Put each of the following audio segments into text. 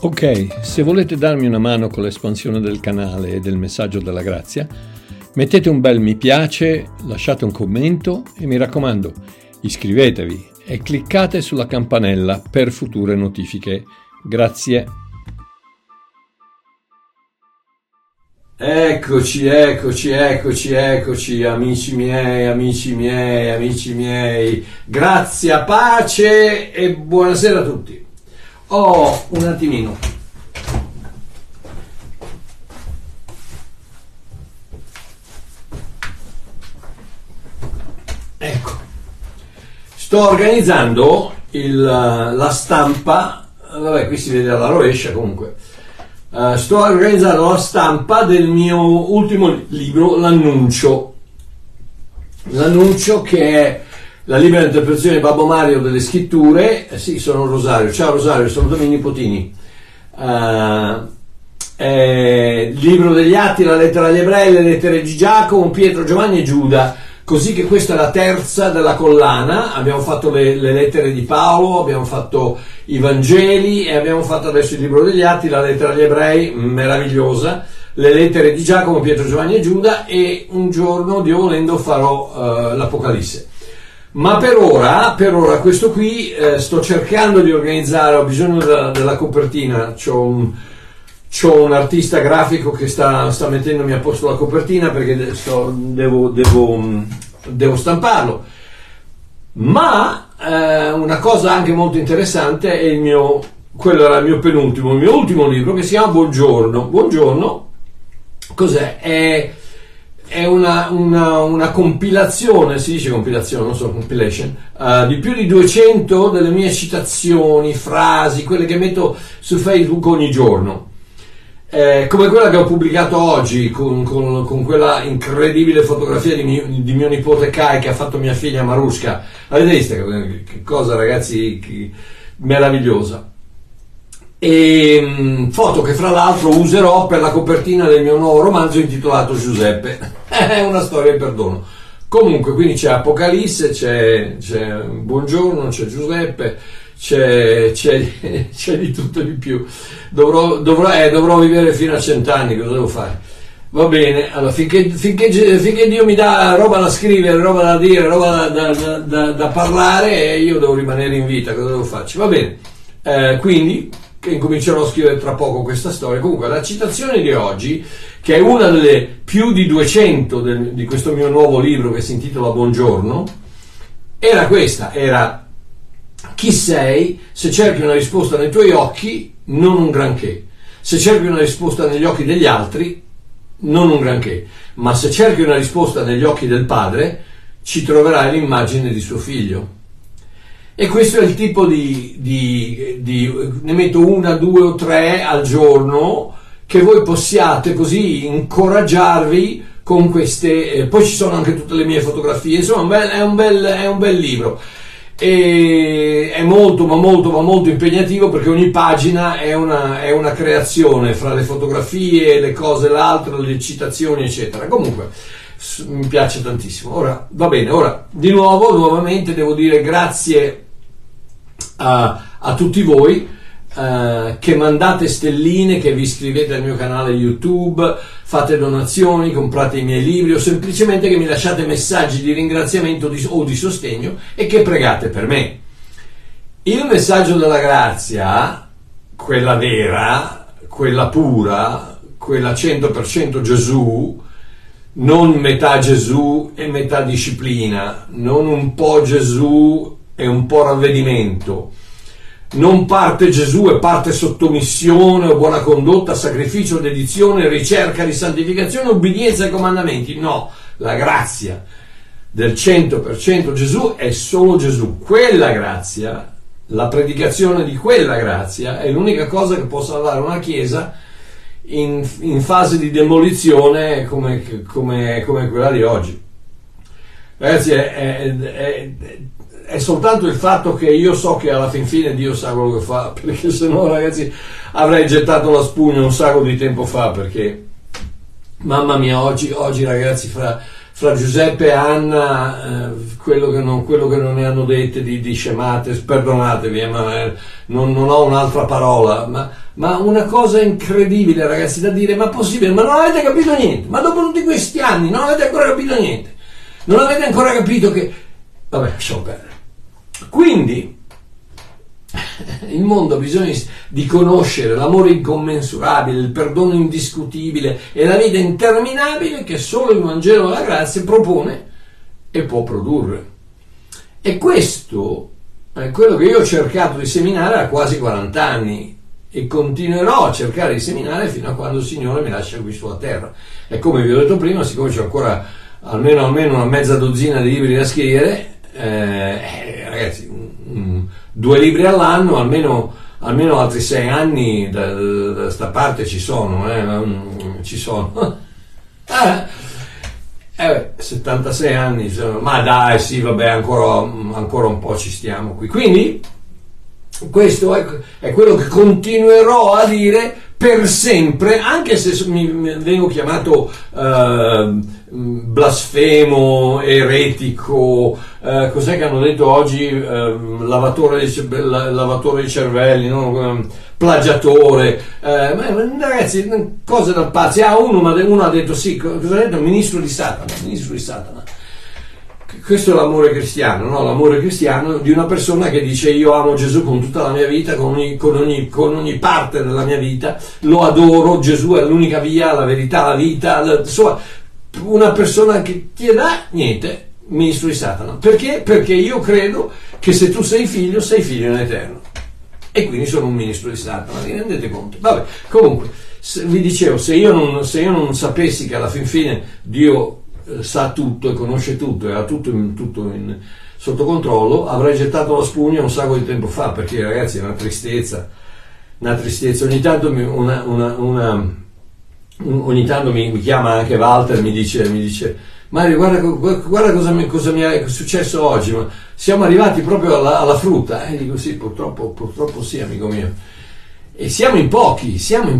Ok, se volete darmi una mano con l'espansione del canale e del messaggio della grazia, mettete un bel mi piace, lasciate un commento e mi raccomando, iscrivetevi e cliccate sulla campanella per future notifiche. Grazie. Eccoci, amici miei. Grazia, pace e buonasera a tutti. Un attimino. Ecco. Sto organizzando la stampa, vabbè, qui si vede alla rovescia comunque. Sto organizzando la stampa del mio ultimo libro, L'Annuncio che è la libera interpretazione di Babbo Mario delle scritture. Sì, sono Rosario, ciao Rosario, salutami i nipotini. Libro degli Atti, la lettera agli Ebrei, le lettere di Giacomo, Pietro, Giovanni e Giuda, così che questa è la terza della collana. Abbiamo fatto le lettere di Paolo, abbiamo fatto i Vangeli e abbiamo fatto adesso il libro degli Atti, la lettera agli Ebrei, meravigliosa, le lettere di Giacomo, Pietro, Giovanni e Giuda, e un giorno, Dio volendo, farò l'Apocalisse. Ma per ora questo qui sto cercando di organizzare, ho bisogno della copertina, c'ho un artista grafico che sta mettendomi a posto la copertina perché devo stamparlo. Ma una cosa anche molto interessante è quello era il mio penultimo, il mio ultimo libro, che si chiama Buongiorno. Buongiorno, cos'è? È una compilazione, si dice compilazione, non so, compilation, di più di 200 delle mie citazioni, frasi, quelle che metto su Facebook ogni giorno. Come quella che ho pubblicato oggi con quella incredibile fotografia di mio nipote Kai che ha fatto mia figlia Marushka. Avete visto che cosa, ragazzi, meravigliosa. E foto che fra l'altro userò per la copertina del mio nuovo romanzo intitolato Giuseppe. È una storia di perdono. Comunque, quindi c'è Apocalisse, c'è Buongiorno, c'è Giuseppe, c'è di tutto e di più. Dovrò vivere fino a 100 anni, cosa devo fare? Va bene, allora finché Dio mi dà roba da scrivere, roba da dire, roba da parlare, io devo rimanere in vita, cosa devo farci? Va bene, quindi che incomincerò a scrivere tra poco questa storia. Comunque la citazione di oggi, che è una delle più di 200 di questo mio nuovo libro che si intitola Buongiorno, era questa, era: chi sei? Se cerchi una risposta nei tuoi occhi, non un granché. Se cerchi una risposta negli occhi degli altri, non un granché. Ma se cerchi una risposta negli occhi del Padre, ci troverai l'immagine di suo figlio. E questo è il tipo ne metto 1, 2 o 3 al giorno, che voi possiate così incoraggiarvi con queste. Poi ci sono anche tutte le mie fotografie, insomma è un bel libro. E è molto ma molto impegnativo, perché ogni pagina è una creazione fra le fotografie, le cose, l'altro, le citazioni eccetera. Comunque mi piace tantissimo. Ora va bene, nuovamente devo dire grazie a tutti voi che mandate stelline, che vi iscrivete al mio canale YouTube, fate donazioni, comprate i miei libri, o semplicemente che mi lasciate messaggi di ringraziamento o di sostegno e che pregate per me. Il messaggio della grazia, quella vera, quella pura, quella 100% Gesù, non metà Gesù e metà disciplina, non un po' Gesù e un po' ravvedimento, non parte Gesù e parte sottomissione o buona condotta, sacrificio, dedizione, ricerca di santificazione, obbedienza ai comandamenti. No, la grazia del 100% Gesù è solo Gesù. Quella grazia, la predicazione di quella grazia, è l'unica cosa che può salvare una chiesa in fase di demolizione come quella di oggi. Ragazzi, è soltanto il fatto che io so che alla fin fine Dio sa quello che fa, perché se no, ragazzi, avrei gettato la spugna un sacco di tempo fa, perché mamma mia, oggi ragazzi, fra Giuseppe e Anna, quello che non ne hanno dette di scemate, perdonatevi, ma non ho un'altra parola, ma una cosa incredibile, ragazzi, da dire, ma possibile, ma non avete capito niente, ma dopo tutti questi anni non avete ancora capito niente, non avete ancora capito che, vabbè, lasciamo perdere. Quindi il mondo ha bisogno di conoscere l'amore incommensurabile, il perdono indiscutibile e la vita interminabile che solo il Vangelo della grazia propone e può produrre. E questo è quello che io ho cercato di seminare a quasi 40 anni e continuerò a cercare di seminare fino a quando il Signore mi lascia qui sulla terra. E come vi ho detto prima, siccome c'è ancora almeno una mezza dozzina di libri da scrivere, ragazzi, 2 libri all'anno, almeno altri 6 anni da sta parte ci sono, ci sono. 76 anni, ma dai, sì, vabbè, ancora un po' ci stiamo qui. Quindi questo è quello che continuerò a dire per sempre, anche se mi vengo chiamato blasfemo, eretico, cos'è che hanno detto oggi, lavatore di cervelli, no? Plagiatore, ragazzi, cose da pazzi. Uno ha detto sì, cosa ha detto? Ministro di Satana. Questo è l'amore cristiano, no? L'amore cristiano di una persona che dice: io amo Gesù con tutta la mia vita, con ogni parte della mia vita, lo adoro, Gesù è l'unica via, la verità, la vita, insomma, una persona che ti dà niente, ministro di Satana. Perché? Perché io credo che se tu sei figlio in eterno. E quindi sono un ministro di Satana, vi rendete conto? Vabbè, comunque, vi dicevo, se io non sapessi che alla fin fine Dio sa tutto e conosce tutto e ha tutto sotto controllo, avrei gettato la spugna un sacco di tempo fa, perché ragazzi è una tristezza. Ogni tanto mi chiama anche Walter, mi dice Mario, guarda cosa mi è successo oggi, ma siamo arrivati proprio alla frutta. E dico sì, purtroppo sì, amico mio. E siamo in pochi,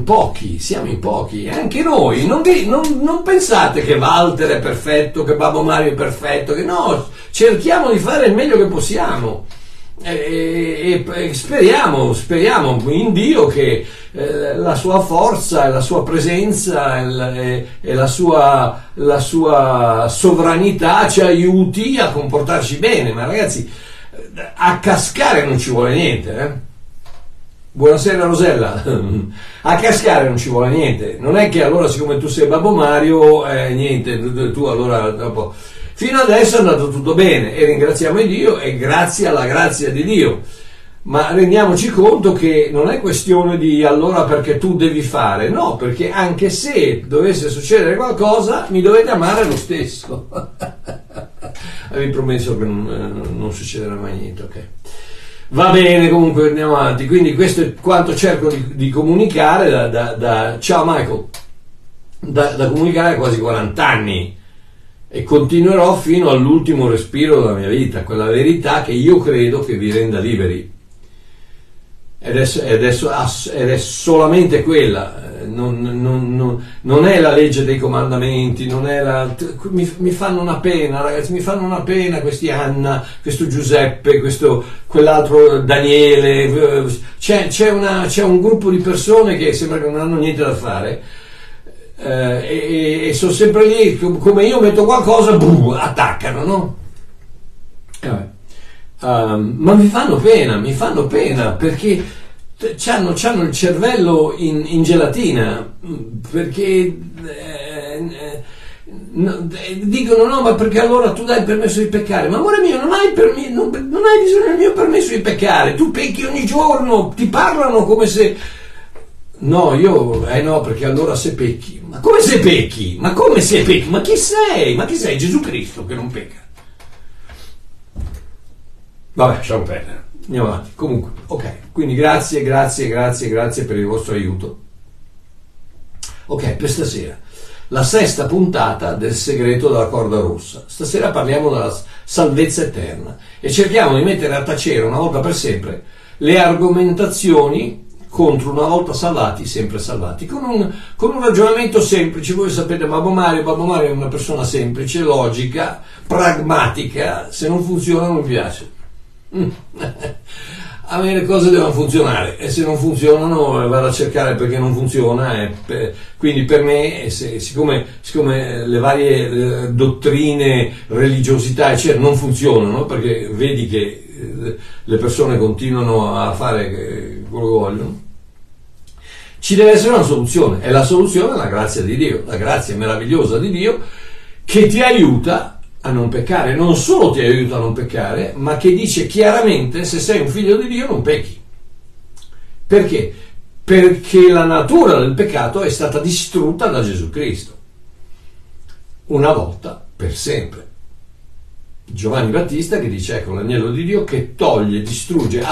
anche noi, non pensate che Walter è perfetto, che Babbo Mario è perfetto, che no, cerchiamo di fare il meglio che possiamo e speriamo in Dio che la sua forza e la sua presenza e la sua sovranità ci aiuti a comportarci bene, ma ragazzi, a cascare non ci vuole niente, Buonasera Rosella, a cascare non ci vuole niente, non è che allora siccome tu sei Babbo Mario, niente, tu allora dopo, fino adesso è andato tutto bene e ringraziamo Dio e grazie alla grazia di Dio, ma rendiamoci conto che non è questione di allora perché tu devi fare, no, perché anche se dovesse succedere qualcosa mi dovete amare lo stesso. Avevi promesso che non succederà mai niente, ok? Va bene, comunque andiamo avanti. Quindi questo è quanto cerco di comunicare ciao Michael, da comunicare quasi 40 anni e continuerò fino all'ultimo respiro della mia vita, quella verità che io credo che vi renda liberi. Ed è solamente quella, non è la legge dei comandamenti, non è mi fanno una pena, ragazzi, mi fanno una pena questi Anna, questo Giuseppe, quell'altro Daniele, c'è un gruppo di persone che sembra che non hanno niente da fare e sono sempre lì, come io metto qualcosa, attaccano, no? Ma mi fanno pena perché c'hanno il cervello in gelatina, perché dicono no, ma perché allora tu dai il permesso di peccare? Ma amore mio, non hai bisogno del mio permesso di peccare, tu pecchi ogni giorno, ti parlano come se no, no, perché allora se pecchi, ma come se pecchi? Ma chi sei? Gesù Cristo che non pecca? Vabbè, lasciamo perdere, andiamo avanti. Comunque, ok, quindi grazie per il vostro aiuto. Ok, per stasera, la 6ª puntata del segreto della corda rossa. Stasera parliamo della salvezza eterna e cerchiamo di mettere a tacere una volta per sempre le argomentazioni contro una volta salvati, sempre salvati. Con un ragionamento semplice. Voi sapete, Babbo Mario è una persona semplice, logica, pragmatica. Se non funziona non mi piace. A me le cose devono funzionare, e se non funzionano vado a cercare perché non funziona. Quindi per me, siccome le varie dottrine, religiosità eccetera non funzionano, perché vedi che le persone continuano a fare quello che vogliono, ci deve essere una soluzione, e la soluzione è la grazia di Dio, la grazia meravigliosa di Dio che ti aiuta a non peccare. Non solo ti aiuta a non peccare, ma che dice chiaramente: se sei un figlio di Dio non pecchi. Perché? Perché la natura del peccato è stata distrutta da Gesù Cristo, una volta per sempre. Giovanni Battista che dice: ecco l'agnello di Dio che toglie, distrugge,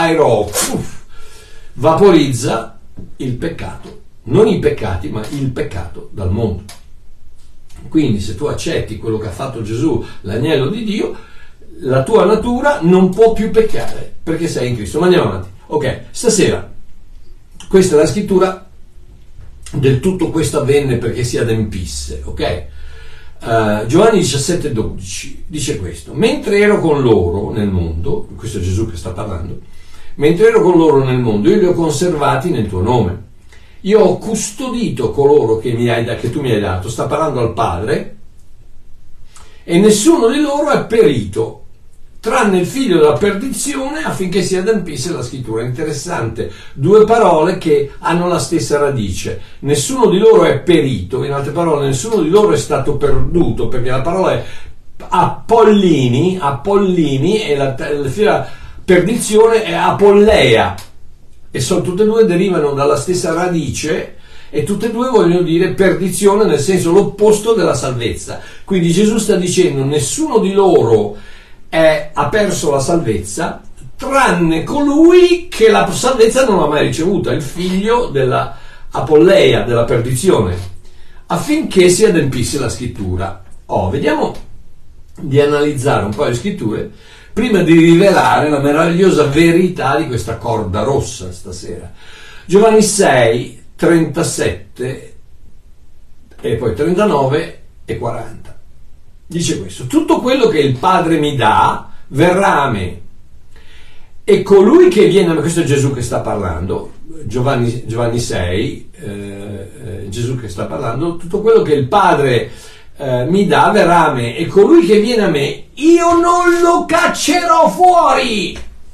vaporizza il peccato, non i peccati ma il peccato dal mondo. Quindi se tu accetti quello che ha fatto Gesù, l'agnello di Dio, la tua natura non può più peccare perché sei in Cristo. Ma andiamo avanti. Ok, stasera questa è la scrittura del tutto questo avvenne perché si adempisse, ok? Giovanni 17,12 dice questo: mentre ero con loro nel mondo, questo è Gesù che sta parlando, mentre ero con loro nel mondo io li ho conservati nel tuo nome, io ho custodito coloro che tu mi hai dato, sta parlando al Padre, e nessuno di loro è perito tranne il figlio della perdizione, affinché si adempisse la scrittura. Interessante, due parole che hanno la stessa radice. Nessuno di loro è perito, in altre parole nessuno di loro è stato perduto, perché la parola è apollini e la figlio della perdizione è apolleia, e tutte e due derivano dalla stessa radice, e tutte e due vogliono dire perdizione, nel senso l'opposto della salvezza. Quindi Gesù sta dicendo: nessuno di loro ha perso la salvezza, tranne colui che la salvezza non l'ha mai ricevuta, il figlio della apolleia, della perdizione, affinché si adempisse la scrittura. Vediamo di analizzare un po' le scritture prima di rivelare la meravigliosa verità di questa corda rossa stasera. Giovanni 6, 37 e poi 39 e 40. Dice questo: tutto quello che il Padre mi dà verrà a me, e colui che viene a me, questo è Gesù che sta parlando, Giovanni 6, Gesù che sta parlando, tutto quello che il Padre mi dà verrà a me, e colui che viene a me io non lo caccerò fuori.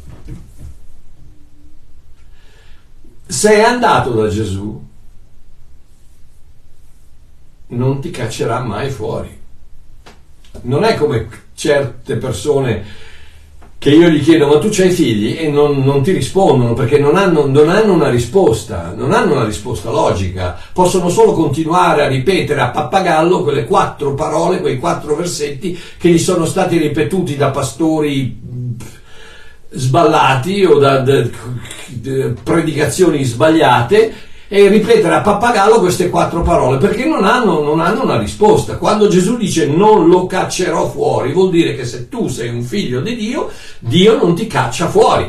Sei andato da Gesù, non ti caccerà mai fuori. Non è come certe persone che io gli chiedo: ma tu c'hai figli? E non ti rispondono, perché non hanno una risposta, non hanno una risposta logica, possono solo continuare a ripetere a pappagallo quelle 4 parole, quei 4 versetti che gli sono stati ripetuti da pastori sballati o da predicazioni sbagliate, e ripetere a pappagallo queste 4 parole perché non hanno una risposta. Quando Gesù dice non lo caccerò fuori, vuol dire che se tu sei un figlio di Dio, Dio non ti caccia fuori.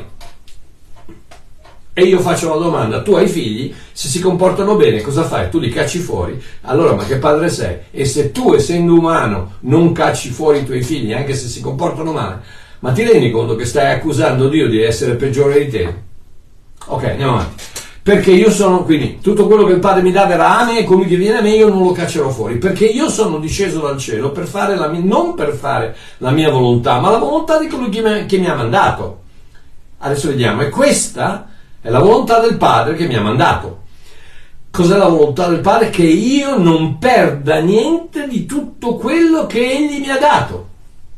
E io faccio una domanda: tu hai figli? Se si comportano bene, cosa fai? Tu li cacci fuori? Allora, ma che padre sei? E se tu, essendo umano, non cacci fuori i tuoi figli anche se si comportano male, ma ti rendi conto che stai accusando Dio di essere peggiore di te? Ok, andiamo avanti. Perché io sono, quindi, tutto quello che il Padre mi dà verrà a me, e colui che viene a me io non lo caccerò fuori, perché io sono disceso dal cielo per fare non per fare la mia volontà, ma la volontà di colui che mi ha mandato. Adesso vediamo, e questa è la volontà del Padre che mi ha mandato. Cos'è la volontà del Padre? Che io non perda niente di tutto quello che Egli mi ha dato.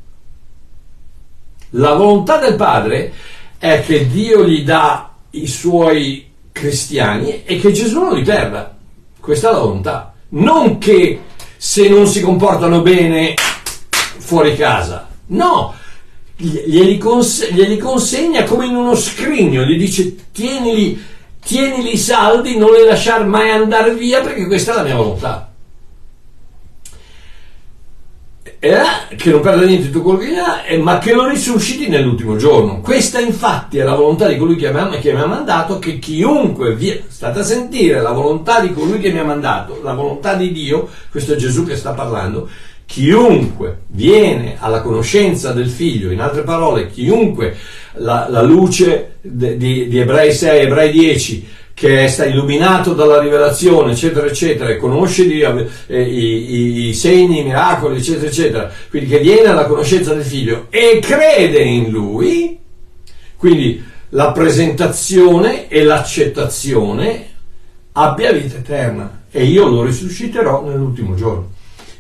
La volontà del Padre è che Dio gli dà i suoi cristiani e che Gesù non li perda. Questa è la volontà. Non che se non si comportano bene fuori casa. No, glieli consegna come in uno scrigno, gli dice: tienili saldi, non li lasciare mai andare via, perché questa è la mia volontà. che non perda niente tutto quello che ha, ma che lo risusciti nell'ultimo giorno. Questa infatti è la volontà di colui che mi ha mandato, che chiunque state a sentire la volontà di colui che mi ha mandato, la volontà di Dio, questo è Gesù che sta parlando, chiunque viene alla conoscenza del Figlio, in altre parole, chiunque la luce di Ebrei 6, Ebrei 10, che sta illuminato dalla rivelazione, eccetera, eccetera, e conosce i segni, i miracoli, eccetera, eccetera, quindi che viene alla conoscenza del Figlio e crede in Lui, quindi la presentazione e l'accettazione, abbia vita eterna e io lo risusciterò nell'ultimo giorno.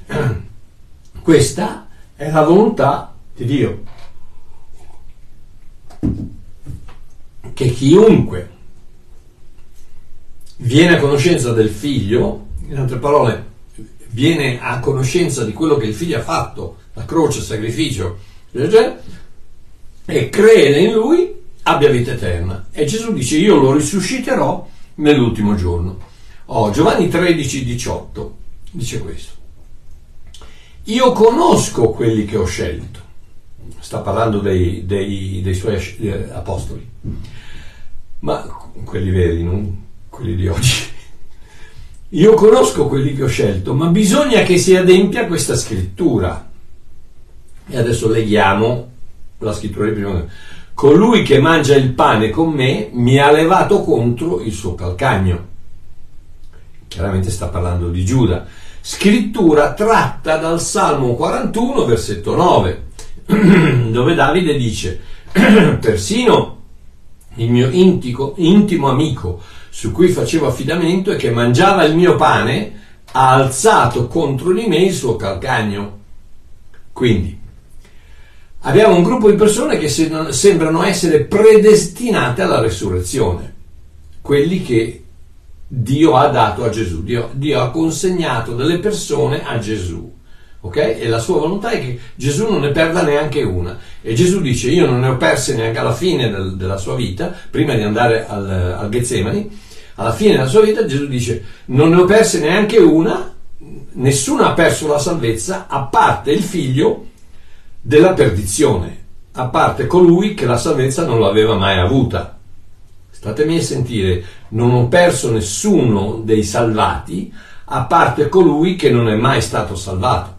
Questa è la volontà di Dio, che chiunque viene a conoscenza del Figlio, in altre parole, viene a conoscenza di quello che il Figlio ha fatto, la croce, il sacrificio, e crede in Lui, abbia vita eterna. E Gesù dice: io lo risusciterò nell'ultimo giorno. Giovanni 13,18 dice questo: io conosco quelli che ho scelto. Sta parlando dei suoi apostoli, ma quelli veri, non quelli di oggi. Io conosco quelli che ho scelto, ma bisogna che si adempia questa scrittura. E adesso leghiamo la scrittura di prima. Colui che mangia il pane con me mi ha levato contro il suo calcagno. Chiaramente sta parlando di Giuda. Scrittura tratta dal Salmo 41, versetto 9, dove Davide dice: persino il mio intimo amico su cui facevo affidamento e che mangiava il mio pane ha alzato contro di me il suo calcagno. Quindi abbiamo un gruppo di persone che sembrano essere predestinate alla resurrezione, quelli che Dio ha dato a Gesù. Dio ha consegnato delle persone a Gesù, ok? E la sua volontà è che Gesù non ne perda neanche una. E Gesù dice: io non ne ho perse neanche alla fine della sua vita, prima di andare al Getsemani. Alla fine della sua vita Gesù dice: non ne ho perse neanche una, nessuno ha perso la salvezza, a parte il figlio della perdizione, a parte colui che la salvezza non l'aveva mai avuta. Statemi a sentire: non ho perso nessuno dei salvati, a parte colui che non è mai stato salvato.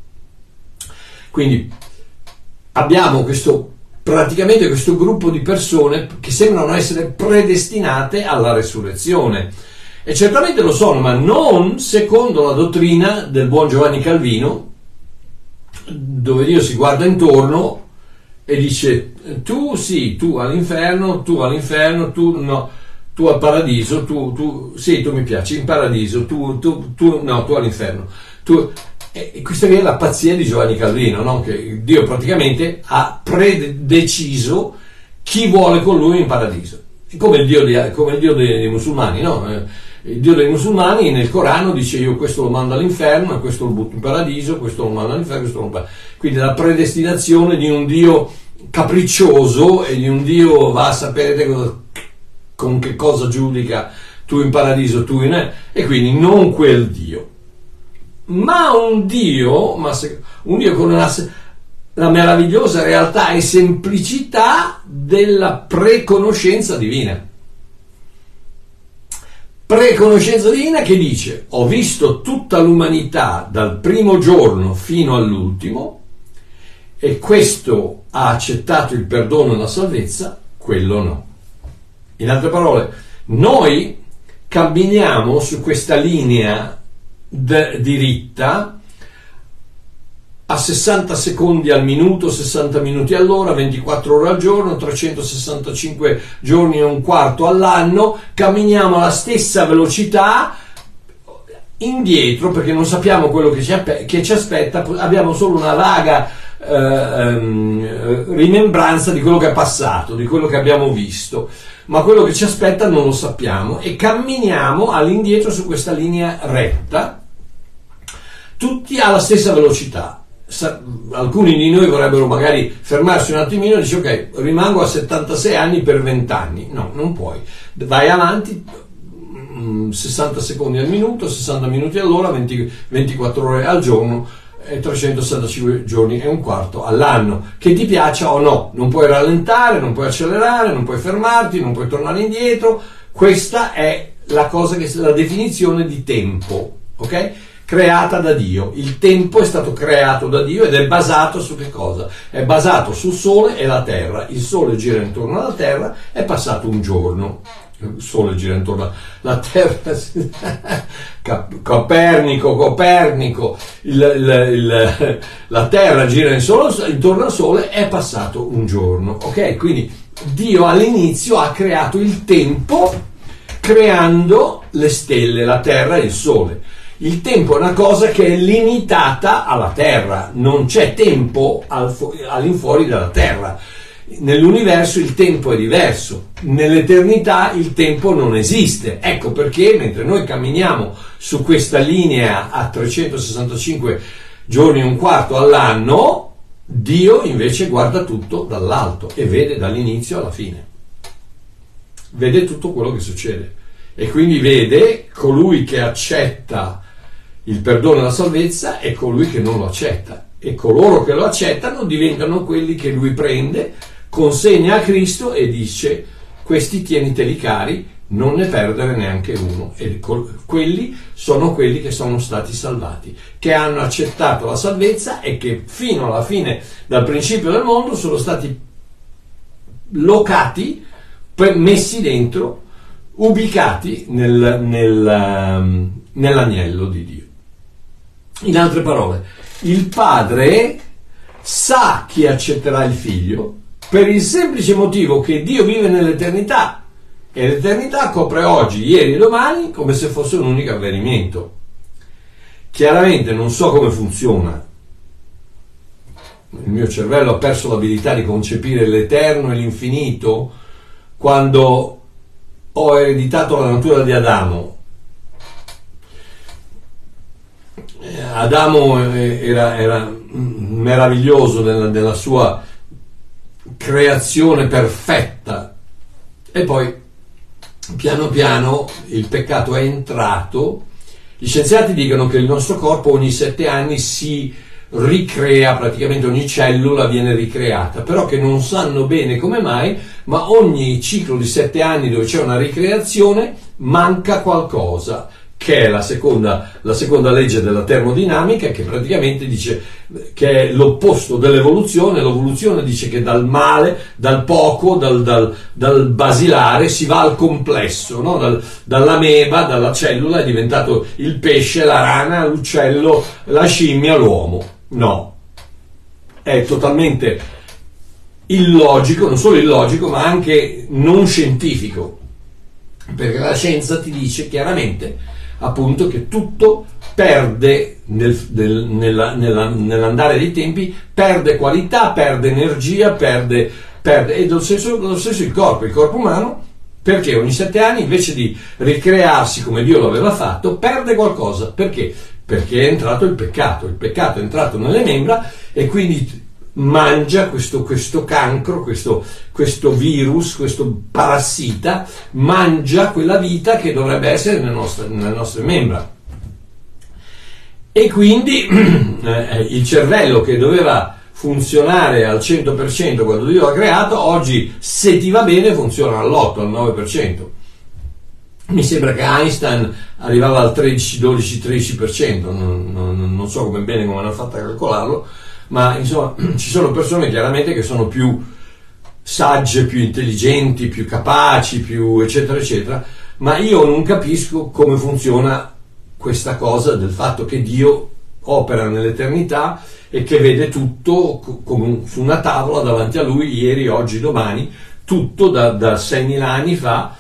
Quindi abbiamo praticamente questo gruppo di persone che sembrano essere predestinate alla resurrezione, e certamente lo sono, ma non secondo la dottrina del buon Giovanni Calvino, dove Dio si guarda intorno e dice: tu sì, tu all'inferno, tu no, tu al paradiso, tu sì, tu mi piaci in paradiso, tu no, tu all'inferno. E questa è la pazzia di Giovanni Calvino, no? Che Dio praticamente ha predeciso chi vuole con lui in paradiso, come il Dio dei musulmani, no? Il Dio dei musulmani nel Corano dice: io questo lo mando all'inferno, questo lo butto in paradiso, questo lo mando all'inferno, questo lo mando. Quindi la predestinazione di un Dio capriccioso e di un Dio va a sapere con che cosa giudica, tu in paradiso, tu in... e quindi non quel Dio, ma un Dio con la meravigliosa realtà e semplicità della preconoscenza divina. Preconoscenza divina che dice: ho visto tutta l'umanità dal primo giorno fino all'ultimo, e questo ha accettato il perdono e la salvezza, quello no. In altre parole, noi camminiamo su questa linea diritta a 60 secondi al minuto, 60 minuti all'ora, 24 ore al giorno, 365 giorni e un quarto all'anno. Camminiamo alla stessa velocità indietro, perché non sappiamo quello che ci aspetta, abbiamo solo una vaga rimembranza di quello che è passato, di quello che abbiamo visto, ma quello che ci aspetta non lo sappiamo, e camminiamo all'indietro su questa linea retta, tutti alla stessa velocità. Alcuni di noi vorrebbero magari fermarsi un attimino e dice: ok, rimango a 76 anni per 20 anni. No, non puoi, vai avanti 60 secondi al minuto, 60 minuti all'ora, 24 ore al giorno, 365 giorni e un quarto all'anno, che ti piaccia o no. Non puoi rallentare, non puoi accelerare, non puoi fermarti, non puoi tornare indietro. Questa è la cosa che è la definizione di tempo, ok? Creata da Dio. Il tempo è stato creato da Dio ed è basato su che cosa? È basato sul Sole e la Terra. Il Sole gira intorno alla Terra, è passato un giorno. Il Sole gira intorno alla Terra. Copernico. La Terra gira intorno al Sole, è passato un giorno. Ok? Quindi Dio all'inizio ha creato il tempo creando le stelle, la Terra e il Sole. Il tempo è una cosa che è limitata alla Terra, non c'è tempo all'infuori della Terra. Nell'universo il tempo è diverso, nell'eternità il tempo non esiste. Ecco perché mentre noi camminiamo su questa linea a 365 giorni e un quarto all'anno, Dio invece guarda tutto dall'alto e vede dall'inizio alla fine. Vede tutto quello che succede e quindi vede colui che accetta il perdono e la salvezza e colui che non lo accetta, e coloro che lo accettano diventano quelli che lui prende, consegna a Cristo e dice: questi tieniteli cari, non ne perdere neanche uno. E quelli sono quelli che sono stati salvati, che hanno accettato la salvezza e che fino alla fine, dal principio del mondo, sono stati locati, messi dentro, ubicati nell'agnello di Dio. In altre parole, il Padre sa chi accetterà il Figlio per il semplice motivo che Dio vive nell'eternità e l'eternità copre oggi, ieri e domani come se fosse un unico avvenimento. Chiaramente non so come funziona. Il mio cervello ha perso l'abilità di concepire l'eterno e l'infinito quando ho ereditato la natura di Adamo. Adamo era meraviglioso nella sua creazione perfetta e poi piano piano il peccato è entrato. Gli scienziati dicono che il nostro corpo ogni 7 anni si ricrea, praticamente ogni cellula viene ricreata, però che non sanno bene come mai, ma ogni ciclo di 7 anni dove c'è una ricreazione manca qualcosa, che è la seconda legge della termodinamica, che praticamente dice che è l'opposto dell'evoluzione. L'evoluzione dice che dal male, dal poco, dal basilare si va al complesso, no? Dall'ameba, dalla cellula è diventato il pesce, la rana, l'uccello, la scimmia, l'uomo. No, è totalmente illogico, non solo illogico ma anche non scientifico, perché la scienza ti dice chiaramente appunto che tutto perde nell'andare dei tempi, perde qualità, perde energia, perde e lo stesso il corpo umano, perché ogni 7 anni invece di ricrearsi come Dio lo aveva fatto perde qualcosa. Perché? Perché è entrato il peccato è entrato nelle membra e quindi mangia questo cancro, questo virus, questo parassita, mangia quella vita che dovrebbe essere nelle nostre membra. E quindi il cervello che doveva funzionare al 100% quando Dio l'ha creato, oggi se ti va bene funziona all'8, al 9%. Mi sembra che Einstein arrivava al 13, 12, 13%, non so bene come hanno fatto a calcolarlo, ma insomma ci sono persone chiaramente che sono più sagge, più intelligenti, più capaci, più eccetera eccetera, ma io non capisco come funziona questa cosa del fatto che Dio opera nell'eternità e che vede tutto come su una tavola davanti a lui, ieri, oggi, domani, tutto da 6.000 anni fa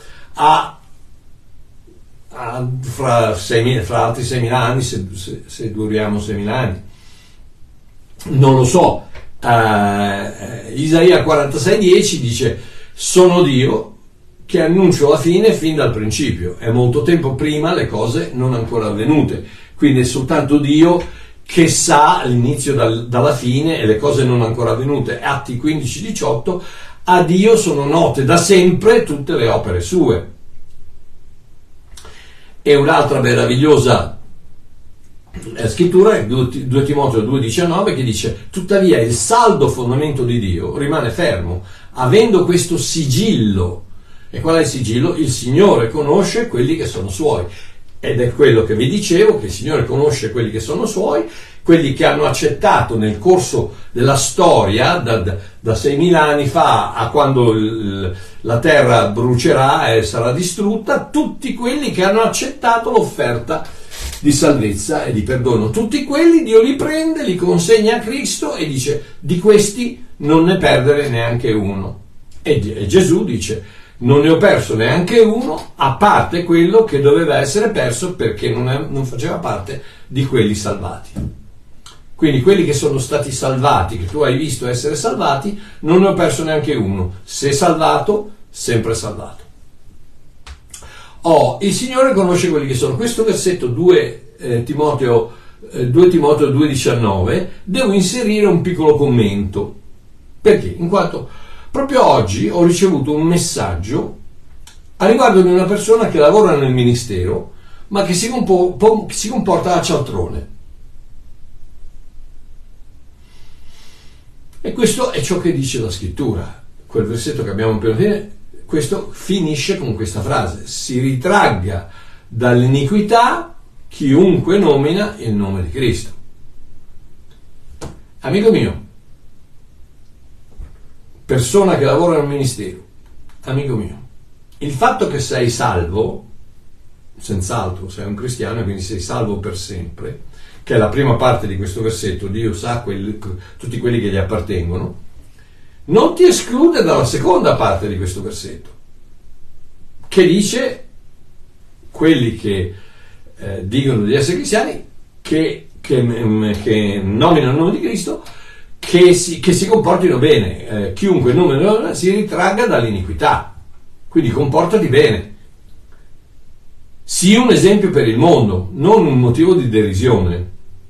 fra altri 6.000 anni, se duriamo 6.000 anni. Non lo so. Isaia 46,10 dice: sono Dio che annuncio la fine fin dal principio, è molto tempo prima le cose non ancora avvenute. Quindi è soltanto Dio che sa l'inizio dalla fine e le cose non ancora avvenute. Atti 15,18: a Dio sono note da sempre tutte le opere sue. E un'altra meravigliosa la scrittura, 2 Timoteo 2,19, che dice: tuttavia il saldo fondamento di Dio rimane fermo, avendo questo sigillo. E qual è il sigillo? Il Signore conosce quelli che sono suoi. Ed è quello che vi dicevo, che il Signore conosce quelli che sono suoi, quelli che hanno accettato nel corso della storia, da 6.000 anni fa a quando la terra brucerà e sarà distrutta, tutti quelli che hanno accettato l'offerta di salvezza e di perdono. Tutti quelli Dio li prende, li consegna a Cristo e dice: di questi non ne perdere neanche uno. E Gesù dice: non ne ho perso neanche uno, a parte quello che doveva essere perso perché non faceva parte di quelli salvati. Quindi quelli che sono stati salvati, che tu hai visto essere salvati, non ne ho perso neanche uno. Se salvato, sempre salvato. Il Signore conosce quelli che sono. Questo versetto 2 Timoteo 2,19 devo inserire un piccolo commento. Perché? In quanto proprio oggi ho ricevuto un messaggio a riguardo di una persona che lavora nel ministero, ma che si comporta da cialtrone. E questo è ciò che dice la scrittura. Quel versetto che abbiamo appena finito, questo finisce con questa frase: si ritragga dall'iniquità chiunque nomina il nome di Cristo. Amico mio, persona che lavora nel ministero, amico mio, il fatto che sei salvo, senz'altro sei un cristiano e quindi sei salvo per sempre, che è la prima parte di questo versetto, Dio sa tutti quelli che gli appartengono, non ti esclude dalla seconda parte di questo versetto, che dice: quelli che dicono di essere cristiani, che nominano il nome di Cristo, che si comportino bene, chiunque nomina si ritragga dall'iniquità, quindi comportati bene, sii un esempio per il mondo, non un motivo di derisione.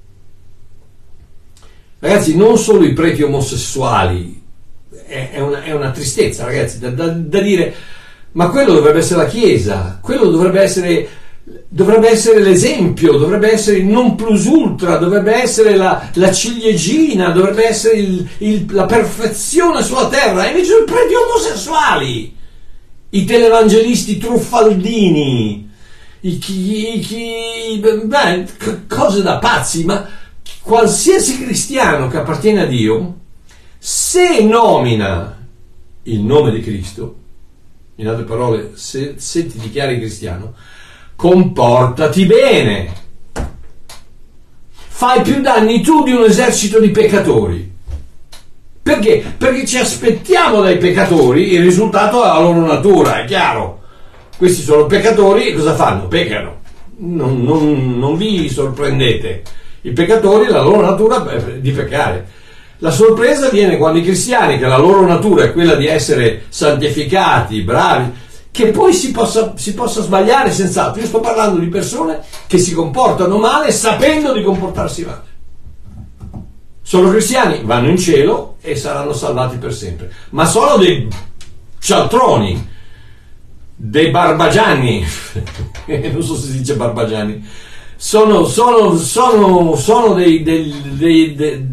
Ragazzi, non solo i preti omosessuali, è una tristezza, ragazzi, da dire: ma quello dovrebbe essere la Chiesa, quello dovrebbe essere l'esempio, dovrebbe essere il non plus ultra, dovrebbe essere la ciliegina, dovrebbe essere la perfezione sulla terra. E invece i preti omosessuali, i televangelisti truffaldini, cose da pazzi. Ma qualsiasi cristiano che appartiene a Dio, se nomina il nome di Cristo, in altre parole, se ti dichiari cristiano, comportati bene. Fai più danni tu di un esercito di peccatori. Perché? Perché ci aspettiamo dai peccatori il risultato della loro natura, è chiaro. Questi sono peccatori e cosa fanno? Peccano. Non vi sorprendete. I peccatori, la loro natura è di peccare. La sorpresa viene quando i cristiani, che la loro natura è quella di essere santificati, bravi, che poi si possa sbagliare senz'altro. Io sto parlando di persone che si comportano male sapendo di comportarsi male. Sono cristiani, vanno in cielo e saranno salvati per sempre. Ma sono dei cialtroni, dei barbagianni, non so se si dice barbagianni, sono dei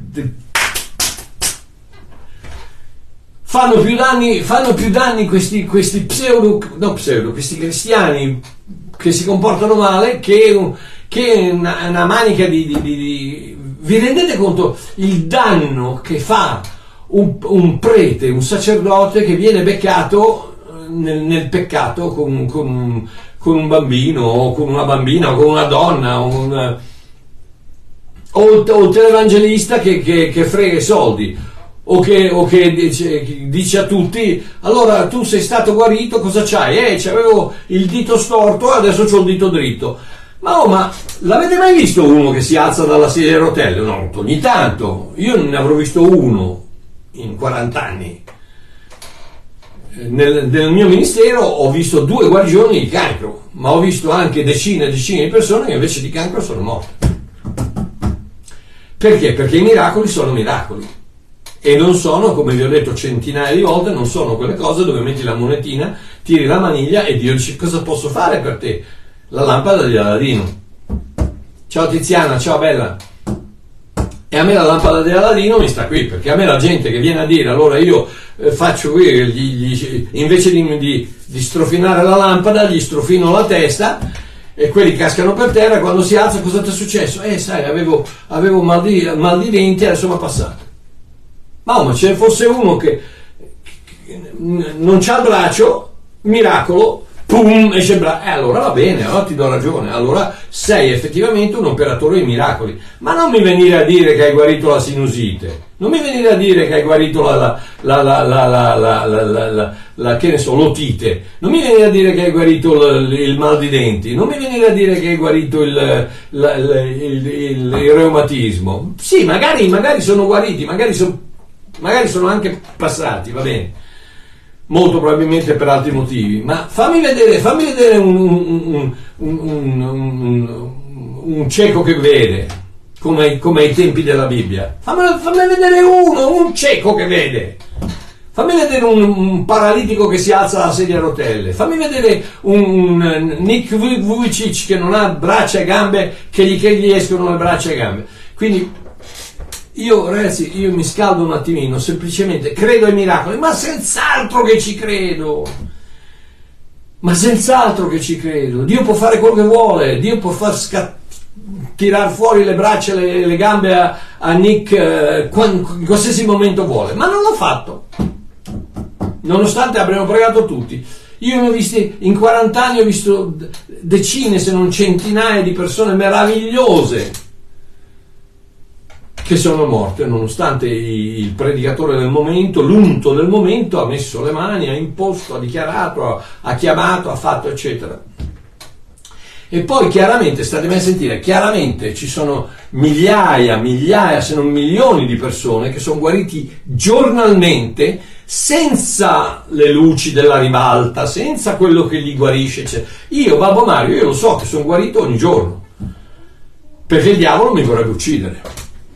fanno più danni questi questi cristiani che si comportano male che una manica di vi rendete conto il danno che fa un prete, un sacerdote che viene beccato nel peccato con un bambino o con una bambina o con una donna o il televangelista che frega i soldi o che dice a tutti: allora tu sei stato guarito, cosa c'hai? C'avevo il dito storto, adesso c'ho il dito dritto. Ma l'avete mai visto uno che si alza dalla sedia a rotelle? No, ogni tanto. Io ne avrò visto uno in 40 anni. Nel mio ministero ho visto 2 guarigioni di cancro, ma ho visto anche decine e decine di persone che invece di cancro sono morte. Perché? Perché i miracoli sono miracoli e non sono, come vi ho detto centinaia di volte, non sono quelle cose dove metti la monetina, tiri la maniglia e Dio dice: cosa posso fare per te? La lampada di Aladino. ciao Tiziana, ciao bella. E a me la lampada di Aladino mi sta qui, perché a me la gente che viene a dire allora io faccio qui, invece di strofinare la lampada, gli strofino la testa e quelli cascano per terra, quando si alza cosa ti è successo? Sai, avevo mal di denti, adesso mi è passato. Ma ce ne fosse uno che non c'ha il braccio, miracolo, pum, esce il braccio, allora va bene, allora ti do ragione, allora sei effettivamente un operatore di miracoli. Ma non mi venire a dire che hai guarito la sinusite, non mi venire a dire che hai guarito che ne so, l'otite, non mi venire a dire che hai guarito il mal di denti, non mi venire a dire che hai guarito il reumatismo. Sì, magari sono guariti, magari sono anche passati, va bene, molto probabilmente per altri motivi, ma fammi vedere un cieco che vede, come ai tempi della Bibbia. Fammi vedere un cieco che vede. Fammi vedere un paralitico che si alza dalla sedia a rotelle. Fammi vedere un Nick Vujicic che non ha braccia e gambe, che gli escono le braccia e gambe. Quindi ragazzi, io mi scaldo un attimino, semplicemente credo ai miracoli, ma senz'altro che ci credo. Dio può fare quello che vuole, Dio può far tirar fuori le braccia e le gambe a Nick in qualsiasi momento vuole, ma non l'ha fatto, nonostante abbiano pregato tutti. Io ne ho visti, in 40 anni ho visto decine se non centinaia di persone meravigliose che sono morte, nonostante il predicatore del momento, l'unto del momento, ha messo le mani, ha imposto, ha dichiarato, ha chiamato, ha fatto, eccetera. E poi chiaramente, statemi a sentire, chiaramente ci sono migliaia, se non milioni di persone che sono guariti giornalmente senza le luci della ribalta, senza quello che li guarisce, eccetera. Io, Babbo Mario, io lo so che sono guarito ogni giorno, perché il diavolo mi vorrebbe uccidere.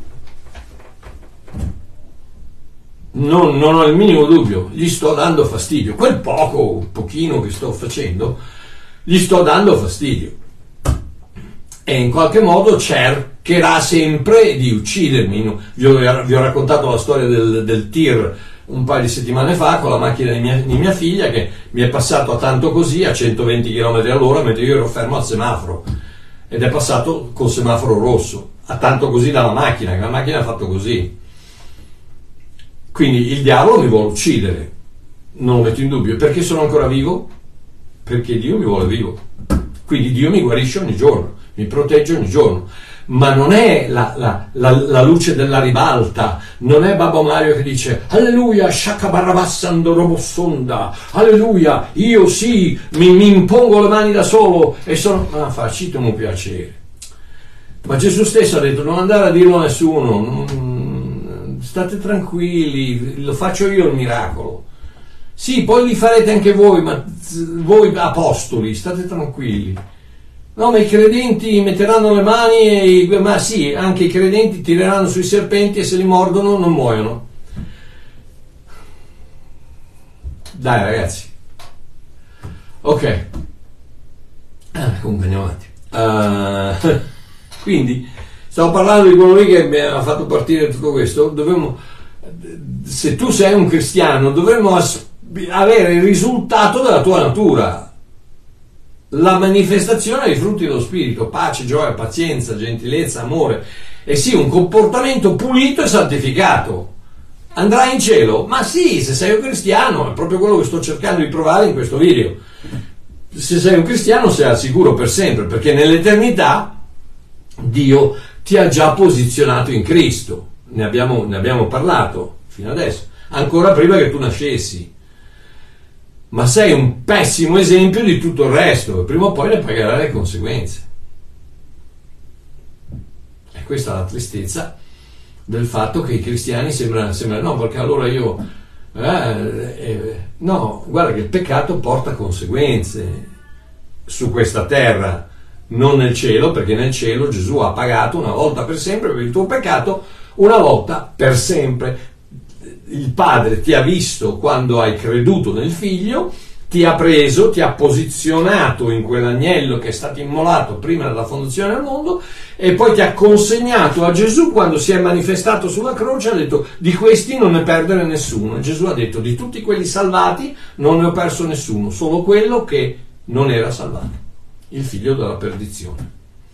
Non ho il minimo dubbio, gli sto dando fastidio, quel pochino che sto facendo, gli sto dando fastidio e in qualche modo cercherà sempre di uccidermi. Vi ho raccontato la storia del tir un paio di settimane fa con la macchina di mia figlia, che mi è passato a tanto così a 120 km/h mentre io ero fermo al semaforo, ed è passato col semaforo rosso a tanto così dalla macchina, che la macchina ha fatto così. Quindi il diavolo mi vuole uccidere, non lo metto in dubbio. Perché sono ancora vivo? Perché Dio mi vuole vivo. Quindi Dio mi guarisce ogni giorno, mi protegge ogni giorno. Ma non è la luce della ribalta, non è Babbo Mario che dice alleluia, shakabarabasando robossonda, alleluia, io sì, mi impongo le mani da solo e sono... Ma facitemi un piacere. Ma Gesù stesso ha detto non andare a dirlo a nessuno, state tranquilli, lo faccio io il miracolo. Sì, poi li farete anche voi, ma voi apostoli, state tranquilli. No, ma i credenti metteranno le mani ma sì, anche i credenti tireranno sui serpenti e se li mordono non muoiono. Dai ragazzi. Ok. Comunque andiamo avanti. Quindi stavo parlando di quello lì che mi ha fatto partire tutto questo. Se tu sei un cristiano, dovremmo avere il risultato della tua natura, la manifestazione dei frutti dello spirito: pace, gioia, pazienza, gentilezza, amore. E sì, un comportamento pulito e santificato. Andrai in cielo? Ma sì, se sei un cristiano, è proprio quello che sto cercando di provare in questo video. Se sei un cristiano sei al sicuro per sempre, perché nell'eternità Dio ti ha già posizionato in Cristo. Ne abbiamo parlato fino adesso, ancora prima che tu nascessi. Ma sei un pessimo esempio di tutto il resto, e prima o poi ne pagherai le conseguenze. E questa è la tristezza del fatto che i cristiani sembra no, perché allora io no, guarda che il peccato porta conseguenze su questa terra, non nel cielo, perché nel cielo Gesù ha pagato una volta per sempre per il tuo peccato, una volta per sempre. Il Padre ti ha visto quando hai creduto nel Figlio, ti ha preso, ti ha posizionato in quell'agnello che è stato immolato prima della fondazione del mondo e poi ti ha consegnato a Gesù quando si è manifestato sulla croce. Ha detto: di questi non ne perdere nessuno. E Gesù ha detto: di tutti quelli salvati non ne ho perso nessuno, solo quello che non era salvato, il figlio della perdizione.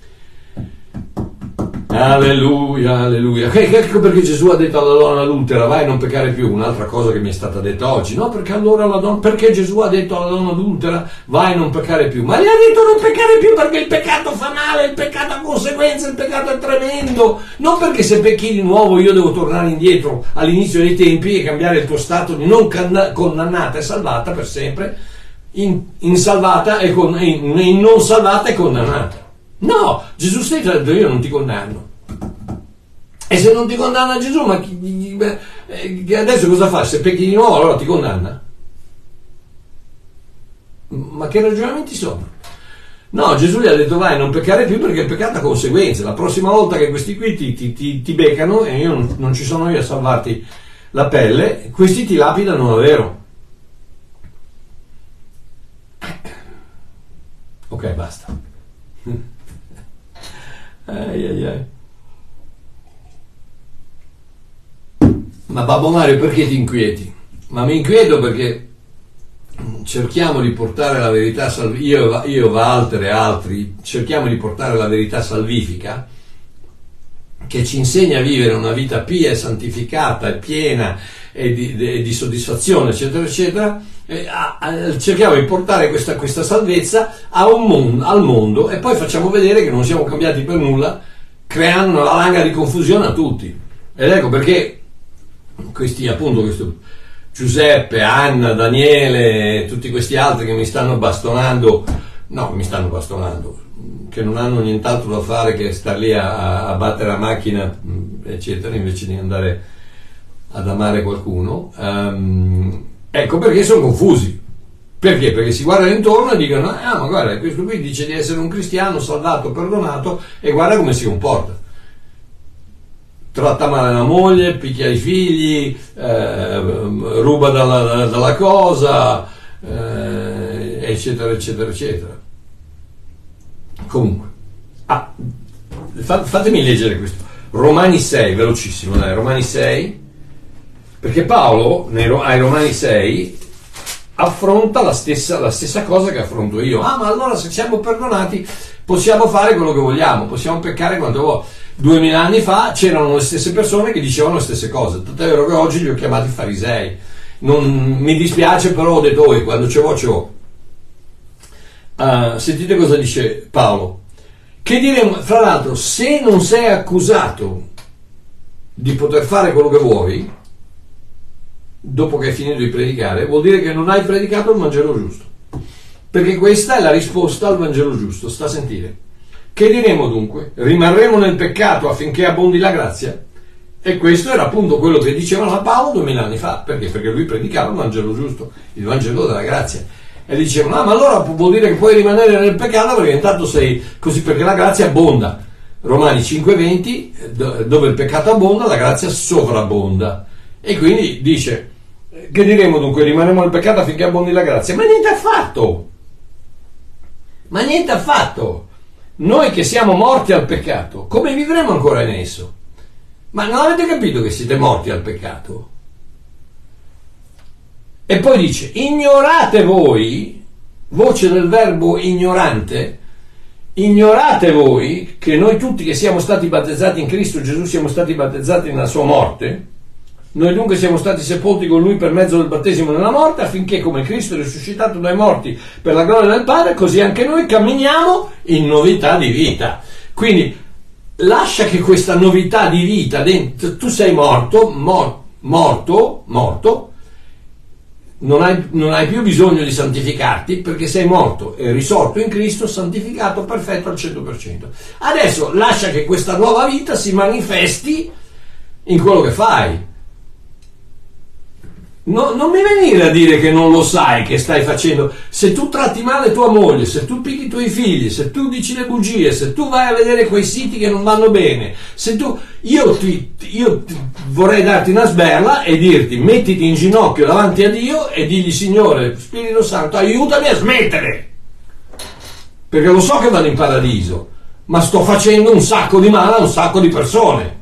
Alleluia, alleluia. Ecco perché Gesù ha detto alla donna adultera: vai, non peccare più. Un'altra cosa che mi è stata detta oggi: no, perché allora perché Gesù ha detto alla donna adultera: vai, non peccare più? Ma gli ha detto non peccare più perché il peccato fa male, il peccato ha conseguenze, il peccato è tremendo. Non perché se pecchi di nuovo io devo tornare indietro all'inizio dei tempi e cambiare il tuo stato di non condannata e salvata per sempre in salvata e in non salvata e condannata. No, Gesù stesso ha detto: io non ti condanno. E se non ti condanna Gesù, ma adesso cosa fa? Se pecchi di nuovo allora ti condanna? Ma che ragionamenti sono? No, Gesù gli ha detto: vai, non peccare più perché il peccato ha conseguenze. La prossima volta che questi qui ti beccano e io non ci sono io a salvarti la pelle, questi ti lapidano davvero. Ok, basta. Ai. Ma Babbo Mario, perché ti inquieti? Ma mi inquieto perché cerchiamo di portare la verità io Walter e altri cerchiamo di portare la verità salvifica che ci insegna a vivere una vita pia e santificata e piena e di soddisfazione, eccetera eccetera. Cerchiamo di portare questa salvezza al mondo e poi facciamo vedere che non siamo cambiati per nulla, creando una valanga di confusione a tutti. Ed ecco perché questo Giuseppe, Anna, Daniele, tutti questi altri che mi stanno bastonando, che non hanno nient'altro da fare che star lì a battere la macchina, eccetera, invece di andare ad amare qualcuno. Ecco perché sono confusi. Perché? Perché si guardano intorno e dicono: ma guarda, questo qui dice di essere un cristiano salvato, perdonato, e guarda come si comporta. Tratta male la moglie, picchia i figli, ruba dalla cosa, eccetera, eccetera, eccetera. Comunque, fatemi leggere questo. Romani 6, velocissimo, dai, Romani 6. Perché Paolo, ai Romani 6, affronta la stessa cosa che affronto io. Ma allora se siamo perdonati possiamo fare quello che vogliamo, possiamo peccare quanto vuoi. 2000 anni fa c'erano le stesse persone che dicevano le stesse cose, tant'è vero che oggi li ho chiamati farisei. Non mi dispiace, però ho detto: quando ce l'ho. Sentite cosa dice Paolo. Che diremo, fra l'altro, se non sei accusato di poter fare quello che vuoi, dopo che hai finito di predicare, vuol dire che non hai predicato il Vangelo giusto, perché questa è la risposta al Vangelo giusto. Sta a sentire. Che diremo dunque? Rimarremo nel peccato affinché abbondi la grazia? E questo era appunto quello che dicevano a Paolo 2000 anni fa. Perché? Perché lui predicava il Vangelo giusto, il Vangelo della grazia, e dicevano: ma allora vuol dire che puoi rimanere nel peccato perché intanto sei così, perché la grazia abbonda. Romani 5:20, dove il peccato abbonda, la grazia sovrabbonda. E quindi dice: che diremo dunque? Rimarremo nel peccato affinché abbondi la grazia? Ma niente affatto! Ma niente affatto! Noi che siamo morti al peccato, come vivremo ancora in esso? Ma non avete capito che siete morti al peccato? E poi dice: ignorate voi, voce del verbo ignorante, ignorate voi che noi tutti che siamo stati battezzati in Cristo Gesù siamo stati battezzati nella sua morte. Noi dunque siamo stati sepolti con lui per mezzo del battesimo nella morte, affinché come Cristo è risuscitato dai morti per la gloria del Padre, così anche noi camminiamo in novità di vita. Quindi lascia che questa novità di vita dentro, tu sei morto, non hai più bisogno di santificarti perché sei morto e risorto in Cristo, santificato, perfetto al 100%. Adesso lascia che questa nuova vita si manifesti in quello che fai. non mi venire a dire che non lo sai che stai facendo. Se tu tratti male tua moglie, se tu picchi i tuoi figli, se tu dici le bugie, se tu vai a vedere quei siti che non vanno bene, se tu, io vorrei darti una sberla e dirti: mettiti in ginocchio davanti a Dio e digli: Signore, Spirito Santo, aiutami a smettere, perché lo so che vado in paradiso, ma sto facendo un sacco di male a un sacco di persone.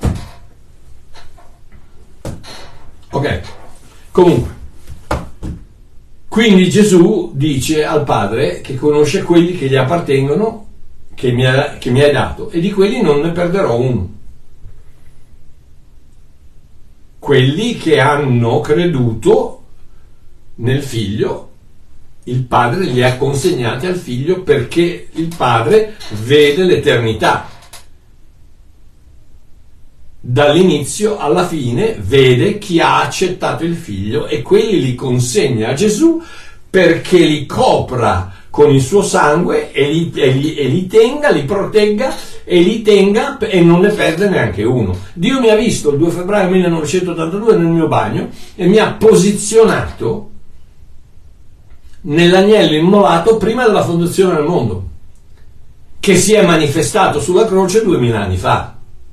Ok, comunque, quindi Gesù dice al Padre che conosce quelli che gli appartengono, che mi hai dato, e di quelli non ne perderò uno. Quelli che hanno creduto nel Figlio, il Padre li ha consegnati al Figlio, perché il Padre vede l'eternità. Dall'inizio alla fine vede chi ha accettato il Figlio, e quelli li consegna a Gesù perché li copra con il suo sangue e li tenga, li protegga e li tenga, e non ne perde neanche uno. Dio mi ha visto il 2 febbraio 1982 nel mio bagno e mi ha posizionato nell'agnello immolato prima della fondazione del mondo, che si è manifestato sulla croce 2000 anni fa.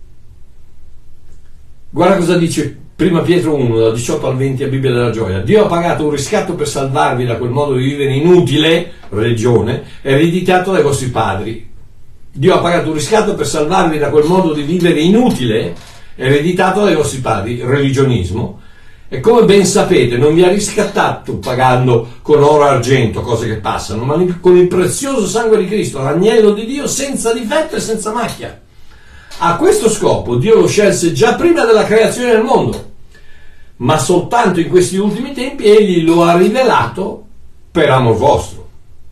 Guarda cosa dice Prima Pietro 1, dal 18 al 20 a Bibbia della Gioia. Dio ha pagato un riscatto per salvarvi da quel modo di vivere inutile, religione, ereditato dai vostri padri. Dio ha pagato un riscatto per salvarvi da quel modo di vivere inutile, ereditato dai vostri padri, religionismo. E come ben sapete, non vi ha riscattato pagando con oro e argento, cose che passano, ma con il prezioso sangue di Cristo, l'agnello di Dio senza difetto e senza macchia. A questo scopo Dio lo scelse già prima della creazione del mondo, ma soltanto in questi ultimi tempi Egli lo ha rivelato per amor vostro.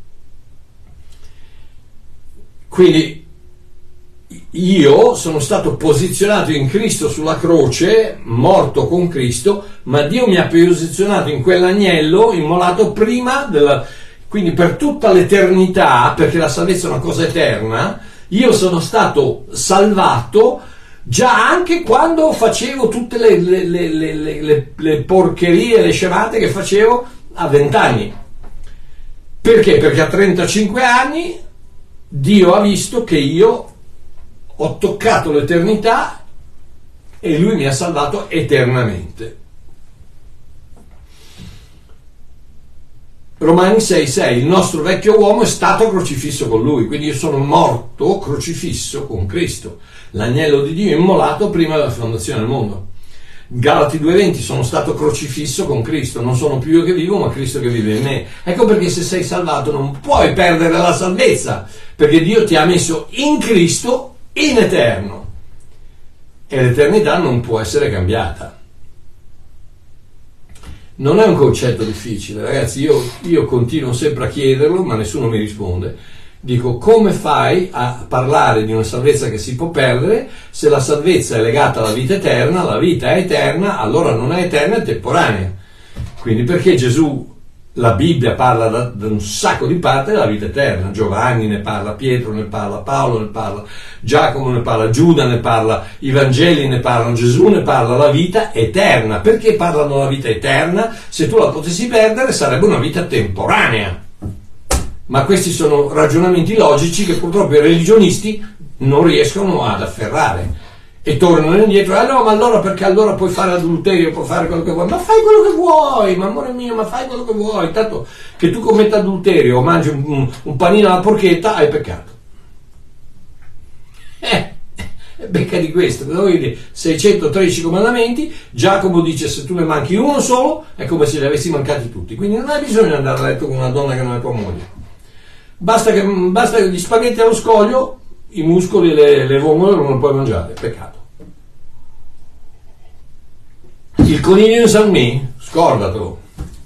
Quindi io sono stato posizionato in Cristo sulla croce, morto con Cristo, ma Dio mi ha posizionato in quell'agnello immolato prima della... Quindi per tutta l'eternità, perché la salvezza è una cosa eterna, io sono stato salvato già anche quando facevo tutte le porcherie, le scemate che facevo a 20 anni. Perché? Perché a 35 anni Dio ha visto che io ho toccato l'eternità e Lui mi ha salvato eternamente. Romani 6,6, il nostro vecchio uomo è stato crocifisso con Lui, quindi io sono morto crocifisso con Cristo, l'agnello di Dio immolato prima della fondazione del mondo. Galati 2,20, sono stato crocifisso con Cristo, non sono più io che vivo ma Cristo che vive in me. Ecco perché se sei salvato non puoi perdere la salvezza, perché Dio ti ha messo in Cristo in eterno e l'eternità non può essere cambiata. Non è un concetto difficile, ragazzi, io continuo sempre a chiederlo ma nessuno mi risponde. Dico: come fai a parlare di una salvezza che si può perdere se la salvezza è legata alla vita eterna, la vita è eterna, allora non è eterna, è temporanea. Quindi perché Gesù, la Bibbia parla da un sacco di parte della vita eterna, Giovanni ne parla, Pietro ne parla, Paolo ne parla, Giacomo ne parla, Giuda ne parla, i Vangeli ne parlano, Gesù ne parla, la vita eterna. Perché parlano della vita eterna? Se tu la potessi perdere sarebbe una vita temporanea. Ma questi sono ragionamenti logici che purtroppo i religionisti non riescono ad afferrare e tornano indietro. No, ma allora perché allora puoi fare adulterio, puoi fare quello che vuoi? Ma fai quello che vuoi, ma amore mio, ma fai quello che vuoi, tanto che tu commetta adulterio o mangi un panino alla porchetta hai peccato. Becca di questo, noi 613 comandamenti, Giacomo dice: se tu ne manchi uno solo è come se li avessi mancati tutti. Quindi non hai bisogno di andare a letto con una donna che non è tua moglie, basta gli spaghetti allo scoglio, i muscoli e le vongole non puoi mangiare, peccato. Il coniglio in salmì, scordatelo.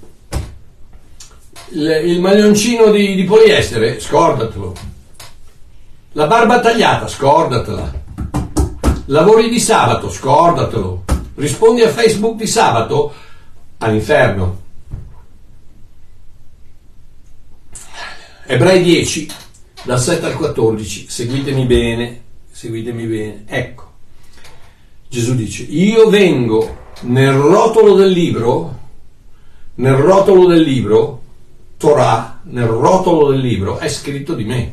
Il maglioncino di poliestere, scordatelo. La barba tagliata, scordatela. Lavori di sabato, scordatelo. Rispondi a Facebook di sabato, all'inferno. Ebrei 10, dal 7 al 14, seguitemi bene. Ecco, Gesù dice: io vengo nel rotolo del libro nel rotolo del libro, Torah, nel rotolo del libro è scritto di me.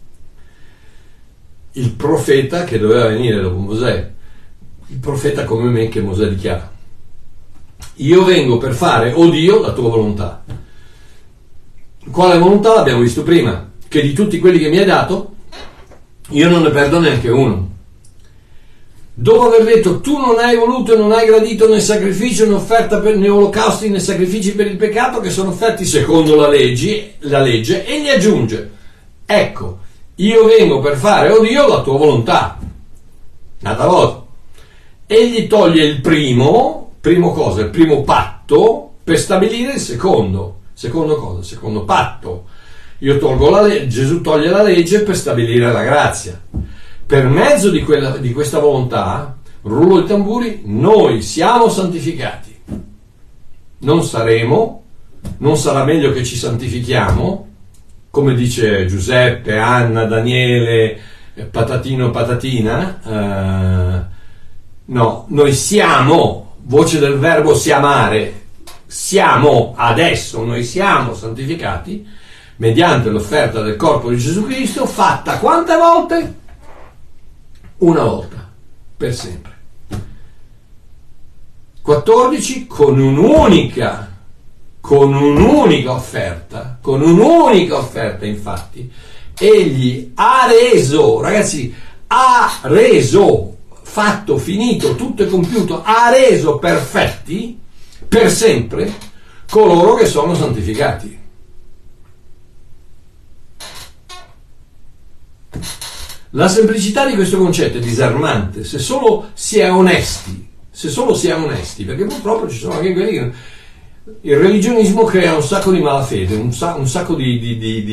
Il profeta che doveva venire dopo Mosè, il profeta come me che Mosè dichiara. Io vengo per fare, o Dio, la tua volontà. Quale volontà? L'abbiamo visto prima, che di tutti quelli che mi hai dato, io non ne perdo neanche uno. Dopo aver detto, tu non hai voluto e non hai gradito né sacrificio né offerta né olocausti né sacrifici per il peccato che sono offerti secondo la legge, e gli aggiunge, ecco, io vengo per fare, o Dio, la tua volontà. Nata volta. Egli toglie il primo cosa? Il primo patto per stabilire il secondo. Secondo cosa? Secondo patto. Io tolgo la legge, Gesù toglie la legge per stabilire la grazia. Per mezzo di questa volontà, rullo i tamburi, noi siamo santificati. Non sarà meglio che ci santifichiamo, come dice Giuseppe, Anna, Daniele, patatino, patatina. No, noi siamo, voce del verbo siamare, noi siamo santificati mediante l'offerta del corpo di Gesù Cristo, fatta quante volte? Una volta, per sempre. 14, con un'unica offerta, infatti, egli ha reso, ragazzi, fatto, finito, tutto è compiuto, ha reso perfetti per sempre coloro che sono santificati. La semplicità di questo concetto è disarmante se solo si è onesti, perché purtroppo ci sono anche quelli che il religionismo crea un sacco di malafede, un sacco di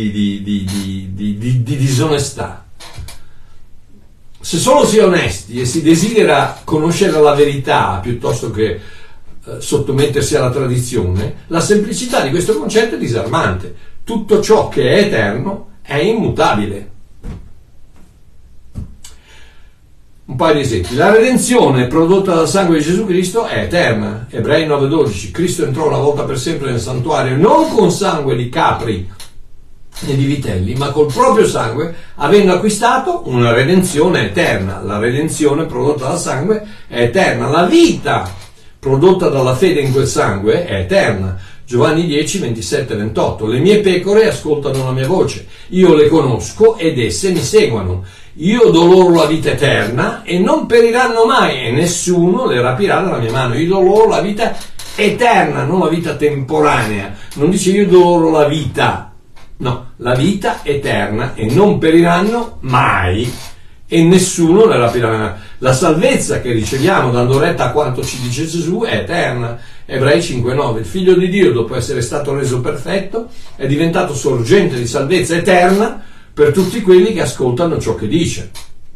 disonestà. Se solo si è onesti e si desidera conoscere la verità piuttosto che sottomettersi alla tradizione, la semplicità di questo concetto è disarmante. Tutto ciò che è eterno è immutabile. Un paio di esempi. La redenzione prodotta dal sangue di Gesù Cristo è eterna. Ebrei 9,12. Cristo entrò una volta per sempre nel santuario non con sangue di capri e di vitelli, ma col proprio sangue, avendo acquistato una redenzione eterna. La redenzione prodotta dal sangue è eterna. La vita prodotta dalla fede in quel sangue è eterna. Giovanni 10, 27, 28. Le mie pecore ascoltano la mia voce. Io le conosco ed esse mi seguono. Io do loro la vita eterna e non periranno mai e nessuno le rapirà dalla mia mano. Io do loro la vita eterna, non la vita temporanea. Non dice io do loro la vita. No, la vita eterna e non periranno mai e nessuno le rapirà. La salvezza che riceviamo dando retta a quanto ci dice Gesù è eterna. Ebrei 5,9. Il Figlio di Dio, dopo essere stato reso perfetto, è diventato sorgente di salvezza eterna per tutti quelli che ascoltano ciò che dice.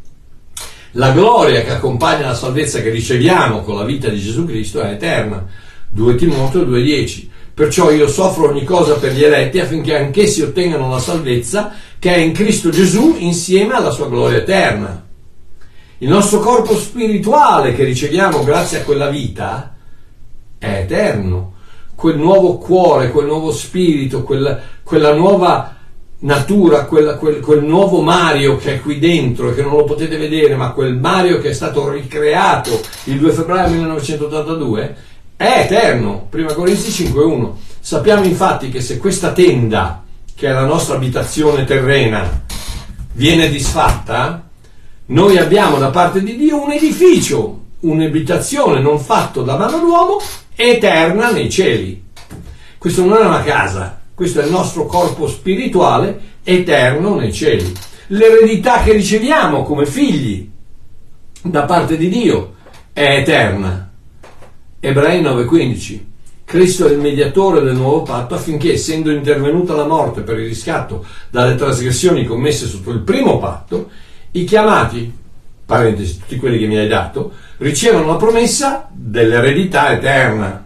La gloria che accompagna la salvezza che riceviamo con la vita di Gesù Cristo è eterna. 2 Timoteo 2,10. Perciò io soffro ogni cosa per gli eletti affinché anch'essi ottengano la salvezza che è in Cristo Gesù insieme alla sua gloria eterna. Il nostro corpo spirituale che riceviamo grazie a quella vita è eterno. Quel nuovo cuore, quel nuovo spirito, quella nuova natura, quel nuovo Mario che è qui dentro e che non lo potete vedere, ma quel Mario che è stato ricreato il 2 febbraio 1982 è eterno. 1 Corinzi 5,1. Sappiamo infatti che se questa tenda, che è la nostra abitazione terrena, viene disfatta, noi abbiamo da parte di Dio un edificio, un'abitazione non fatto da mano d'uomo, eterna nei cieli. Questo non è una casa, questo è il nostro corpo spirituale eterno nei cieli. L'eredità che riceviamo come figli da parte di Dio è eterna. Ebrei 9,15. Cristo è il mediatore del nuovo patto affinché, essendo intervenuta la morte per il riscatto dalle trasgressioni commesse sotto il primo patto, i chiamati, parentesi, tutti quelli che mi hai dato, ricevono la promessa dell'eredità eterna.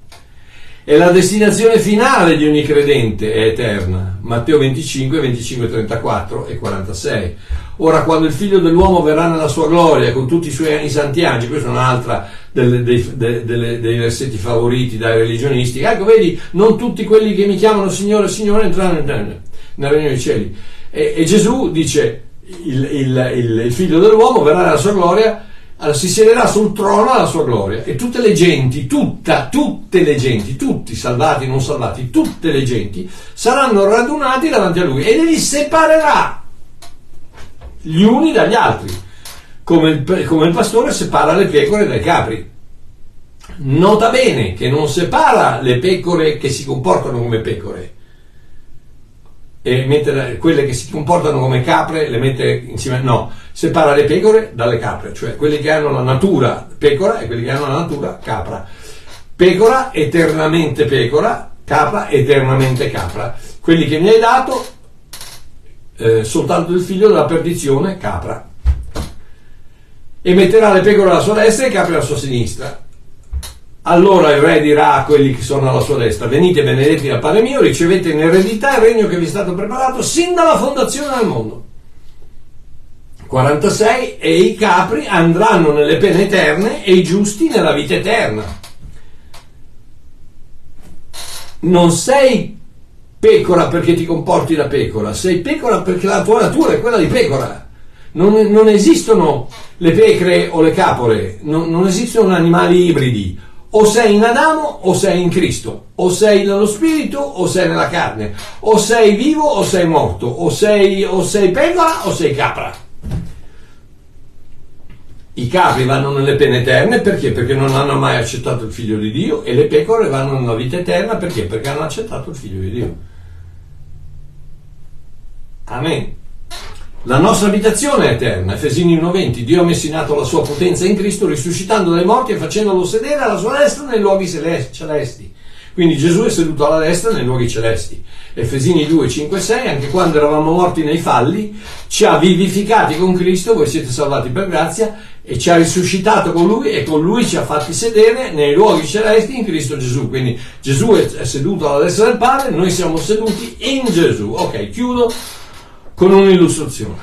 E la destinazione finale di ogni credente è eterna. Matteo 25, 25, 34 e 46. Ora, quando il Figlio dell'uomo verrà nella sua gloria con tutti i suoi santi angeli, questa è un'altra dei versetti favoriti dai religionisti. Ecco, vedi, non tutti quelli che mi chiamano Signore, Signore entrano nel regno dei cieli. E Gesù dice, il figlio dell'uomo verrà nella sua gloria, si siederà sul trono alla sua gloria, e tutte le genti, tutte le genti, tutti salvati, non salvati, tutte le genti saranno radunati davanti a lui, e li separerà gli uni dagli altri, come il pastore separa le pecore dai capri. Nota bene che non separa le pecore che si comportano come pecore e mette quelle che si comportano come capre, le mette insieme. No, separa le pecore dalle capre, cioè quelli che hanno la natura pecora e quelli che hanno la natura capra. Pecora eternamente pecora, capra eternamente capra. Quelli che mi hai dato, soltanto il figlio della perdizione, capra. E metterà le pecore alla sua destra e i capri alla sua sinistra. Allora il re dirà a quelli che sono alla sua destra: venite benedetti dal Padre mio, ricevete in eredità il regno che vi è stato preparato sin dalla fondazione del mondo. 46. E i capri andranno nelle pene eterne e i giusti nella vita eterna. Non sei pecora perché ti comporti da pecora, sei pecora perché la tua natura è quella di pecora. Non esistono le pecore o le capore, non esistono animali ibridi. O sei in Adamo o sei in Cristo, o sei nello spirito o sei nella carne, o sei vivo o sei morto, o sei pecora o sei capra. I capri vanno nelle pene eterne perché? Perché non hanno mai accettato il figlio di Dio, e le pecore vanno nella vita eterna perché? Perché hanno accettato il figlio di Dio. Amen. La nostra abitazione è eterna. Efesini 1:20. Dio ha messo in atto la sua potenza in Cristo, risuscitando dai morti e facendolo sedere alla sua destra nei luoghi celesti. Quindi Gesù è seduto alla destra nei luoghi celesti. Efesini 2:5-6. Anche quando eravamo morti nei falli, ci ha vivificati con Cristo, voi siete salvati per grazia, e ci ha risuscitato con Lui, e con Lui ci ha fatti sedere nei luoghi celesti in Cristo Gesù. Quindi Gesù è seduto alla destra del Padre, noi siamo seduti in Gesù. Ok, chiudo con un'illustrazione.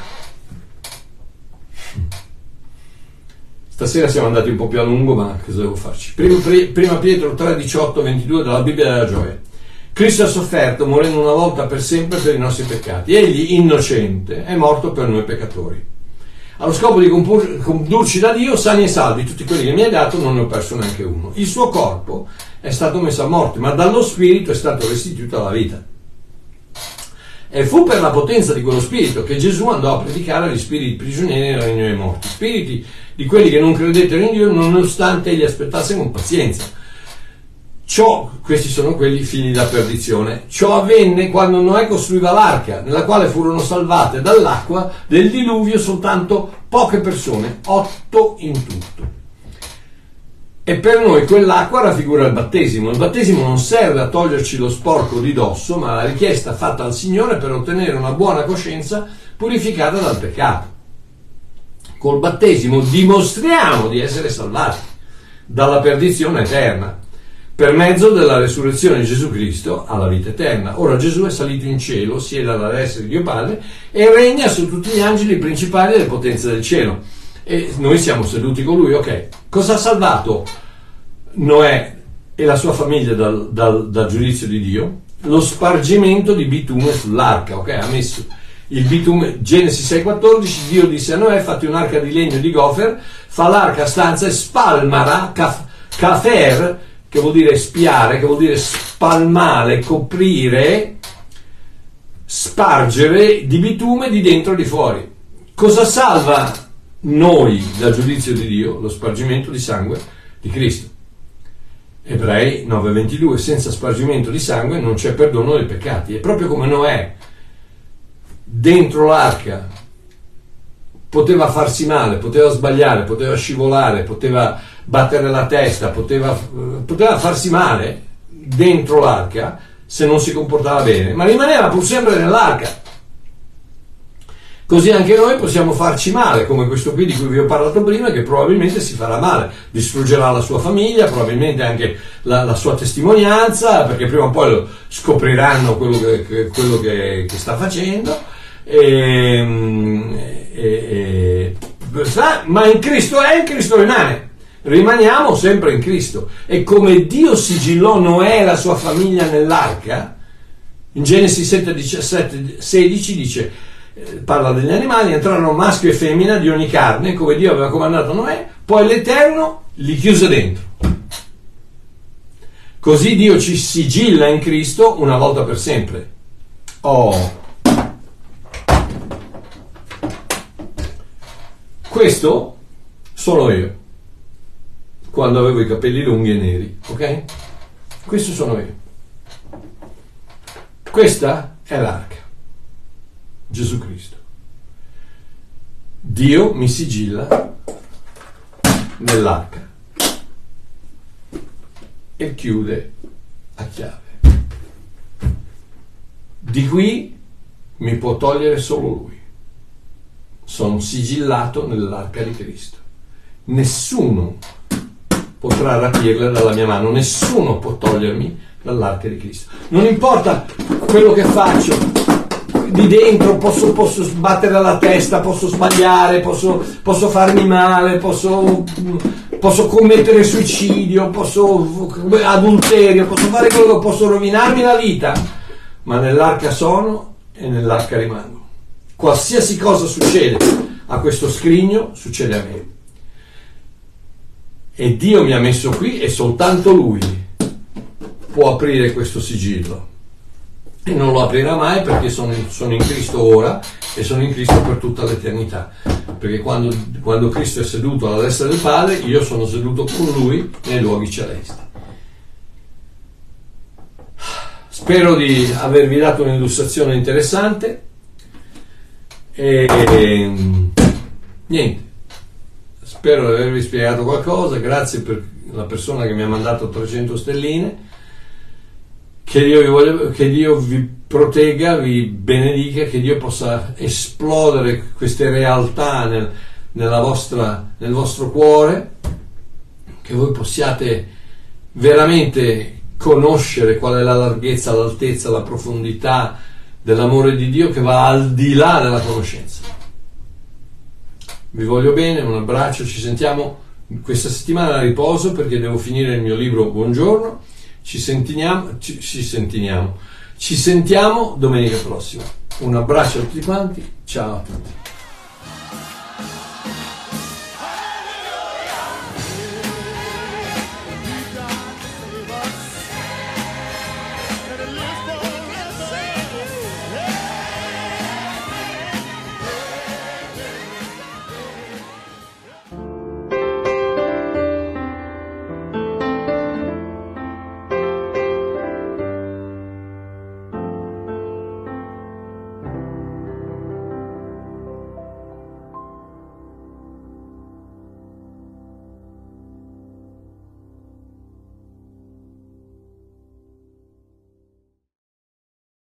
Stasera siamo andati un po' più a lungo, ma cosa devo farci? Prima Pietro 3:18-22 dalla Bibbia della Gioia. Cristo ha sofferto, morendo una volta per sempre per i nostri peccati. Egli, innocente, è morto per noi peccatori, allo scopo di condurci da Dio sani e salvi. Tutti quelli che mi hai dato non ne ho perso neanche uno. Il suo corpo è stato messo a morte, ma dallo Spirito è stato restituito alla vita. E fu per la potenza di quello Spirito che Gesù andò a predicare agli spiriti prigionieri nel regno dei morti, spiriti di quelli che non credettero in Dio, nonostante egli aspettasse con pazienza. Questi sono quelli figli da perdizione. Ciò avvenne quando Noè costruiva l'arca, nella quale furono salvate dall'acqua del diluvio soltanto poche persone, 8 in tutto. E per noi quell'acqua raffigura il battesimo. Il battesimo non serve a toglierci lo sporco di dosso, ma la richiesta fatta al Signore per ottenere una buona coscienza purificata dal peccato. Col battesimo dimostriamo di essere salvati dalla perdizione eterna, per mezzo della resurrezione di Gesù Cristo alla vita eterna. Ora Gesù è salito in cielo, siede alla destra di Dio Padre e regna su tutti gli angeli principali delle potenze del cielo. E noi siamo seduti con lui. Ok, cosa ha salvato Noè e la sua famiglia dal giudizio di Dio? Lo spargimento di bitume sull'arca. Ok, ha messo il bitume. Genesi 6,14. Dio disse a Noè: fatti un'arca di legno di gofer, fa l'arca a stanza e spalmara, kafer, che vuol dire spiare, che vuol dire spalmare, coprire, spargere di bitume di dentro e di fuori. Cosa salva noi dal giudizio di Dio? Lo spargimento di sangue di Cristo. Ebrei 9:22. Senza spargimento di sangue non c'è perdono dei peccati. È proprio come Noè dentro l'arca poteva farsi male, poteva sbagliare, poteva scivolare, poteva battere la testa, poteva farsi male dentro l'arca se non si comportava bene, ma rimaneva pur sempre nell'arca. Così anche noi possiamo farci male, come questo qui di cui vi ho parlato prima, che probabilmente si farà male, distruggerà la sua famiglia, probabilmente anche la sua testimonianza, perché prima o poi lo scopriranno quello che sta facendo, ma in Cristo rimane. rimaniamo sempre in Cristo. E come Dio sigillò Noè e la sua famiglia nell'arca, in Genesi 7:16 dice, parla degli animali, entrarono maschio e femmina di ogni carne, come Dio aveva comandato a Noè, poi l'Eterno li chiuse dentro. Così Dio ci sigilla in Cristo una volta per sempre. Questo sono io, quando avevo i capelli lunghi e neri, ok? Questo sono io. Questa è l'arca, Gesù Cristo. Dio mi sigilla nell'arca e chiude a chiave. Di qui mi può togliere solo Lui. Sono sigillato nell'arca di Cristo. Nessuno potrà rapirla dalla mia mano, nessuno può togliermi dall'arca di Cristo. Non importa quello che faccio, di dentro posso sbattere la testa, posso sbagliare, posso farmi male, posso commettere suicidio, adulterio, posso fare quello che posso, rovinarmi la vita, ma nell'arca sono e nell'arca rimango. Qualsiasi cosa succede a questo scrigno, succede a me. E Dio mi ha messo qui e soltanto Lui può aprire questo sigillo. E non lo aprirà mai, perché sono in Cristo ora e sono in Cristo per tutta l'eternità. Perché quando Cristo è seduto alla destra del Padre, io sono seduto con Lui nei luoghi celesti. Spero di avervi dato un'illustrazione interessante. E niente, spero di avervi spiegato qualcosa. Grazie per la persona che mi ha mandato 300 stelline. Che Dio vi protegga, vi benedica, che Dio possa esplodere queste realtà nel vostro cuore, che voi possiate veramente conoscere qual è la larghezza, l'altezza, la profondità dell'amore di Dio, che va al di là della conoscenza. Vi voglio bene, un abbraccio, ci sentiamo questa settimana a riposo perché devo finire il mio libro Buongiorno. Ci sentiamo domenica prossima. Un abbraccio a tutti quanti, ciao a tutti.